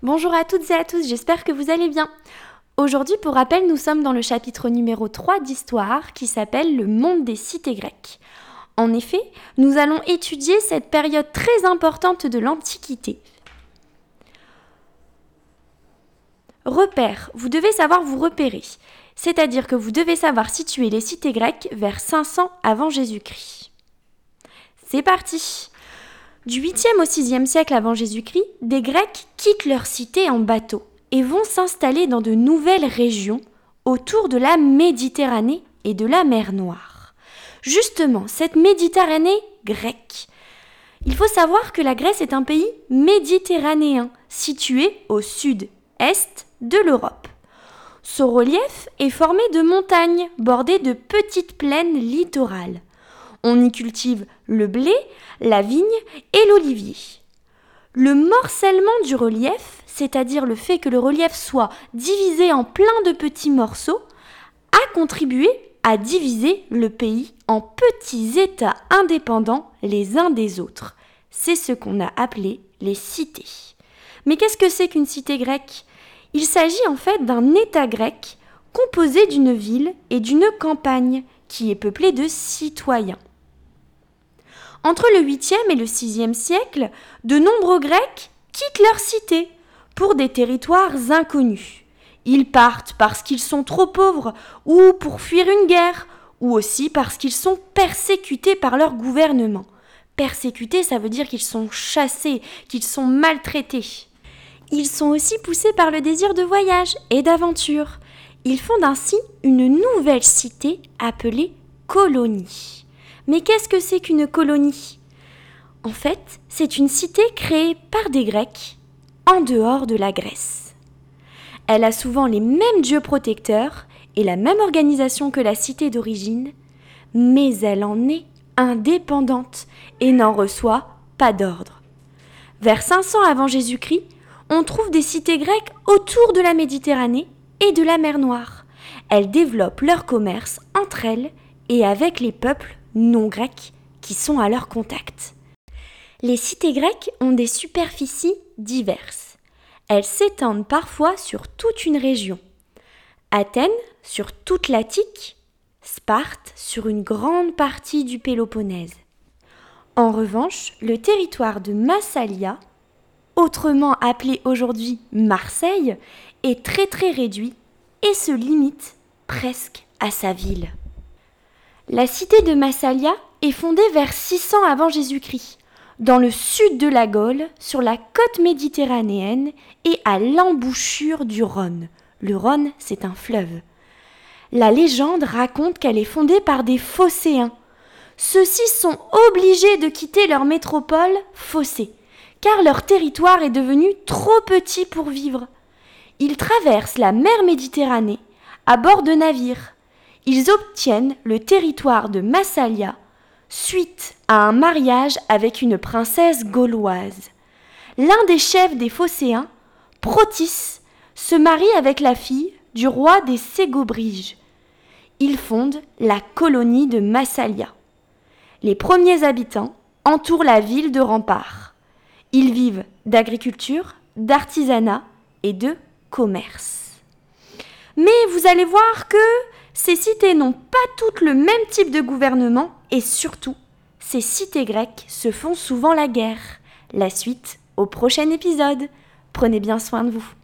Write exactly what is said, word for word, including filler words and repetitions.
Bonjour à toutes et à tous, j'espère que vous allez bien. Aujourd'hui, pour rappel, nous sommes dans le chapitre numéro trois d'Histoire qui s'appelle Le monde des cités grecques. En effet, nous allons étudier cette période très importante de l'Antiquité. Repère, vous devez savoir vous repérer, c'est-à-dire que vous devez savoir situer les cités grecques vers cinq cents avant Jésus-Christ. C'est parti! Du huitième au sixième siècle avant Jésus-Christ, des Grecs quittent leur cité en bateau et vont s'installer dans de nouvelles régions autour de la Méditerranée et de la mer Noire. Justement, cette Méditerranée grecque. Il faut savoir que la Grèce est un pays méditerranéen, situé au sud-est de l'Europe. Son relief est formé de montagnes bordées de petites plaines littorales. On y cultive le blé, la vigne et l'olivier. Le morcellement du relief, c'est-à-dire le fait que le relief soit divisé en plein de petits morceaux, a contribué à diviser le pays en petits États indépendants les uns des autres. C'est ce qu'on a appelé les cités. Mais qu'est-ce que c'est qu'une cité grecque ? Il s'agit en fait d'un État grec composé d'une ville et d'une campagne qui est peuplée de citoyens. Entre le huitième et le sixième siècle, de nombreux Grecs quittent leur cité pour des territoires inconnus. Ils partent parce qu'ils sont trop pauvres ou pour fuir une guerre ou aussi parce qu'ils sont persécutés par leur gouvernement. Persécutés, ça veut dire qu'ils sont chassés, qu'ils sont maltraités. Ils sont aussi poussés par le désir de voyage et d'aventure. Ils fondent ainsi une nouvelle cité appelée colonie. Mais qu'est-ce que c'est qu'une colonie ? En fait, c'est une cité créée par des Grecs en dehors de la Grèce. Elle a souvent les mêmes dieux protecteurs et la même organisation que la cité d'origine, mais elle en est indépendante et n'en reçoit pas d'ordre. Vers cinq cents avant Jésus-Christ, on trouve des cités grecques autour de la Méditerranée et de la mer Noire. Elles développent leur commerce entre elles et avec les peuples non grecs qui sont à leur contact. Les cités grecques ont des superficies diverses. Elles s'étendent parfois sur toute une région. Athènes sur toute l'Attique, Sparte sur une grande partie du Péloponnèse. En revanche, le territoire de Massalia, autrement appelé aujourd'hui Marseille, est très très réduit et se limite presque à sa ville. La cité de Massalia est fondée vers six cents avant Jésus-Christ, dans le sud de la Gaule, sur la côte méditerranéenne et à l'embouchure du Rhône. Le Rhône, c'est un fleuve. La légende raconte qu'elle est fondée par des Phocéens. Ceux-ci sont obligés de quitter leur métropole Phocée, car leur territoire est devenu trop petit pour vivre. Ils traversent la mer Méditerranée à bord de navires. Ils obtiennent le territoire de Massalia suite à un mariage avec une princesse gauloise. L'un des chefs des Phocéens, Protis, se marie avec la fille du roi des Ségobriges. Ils fondent la colonie de Massalia. Les premiers habitants entourent la ville de remparts. Ils vivent d'agriculture, d'artisanat et de commerce. Mais vous allez voir que ces cités n'ont pas toutes le même type de gouvernement et surtout, ces cités grecques se font souvent la guerre. La suite au prochain épisode. Prenez bien soin de vous.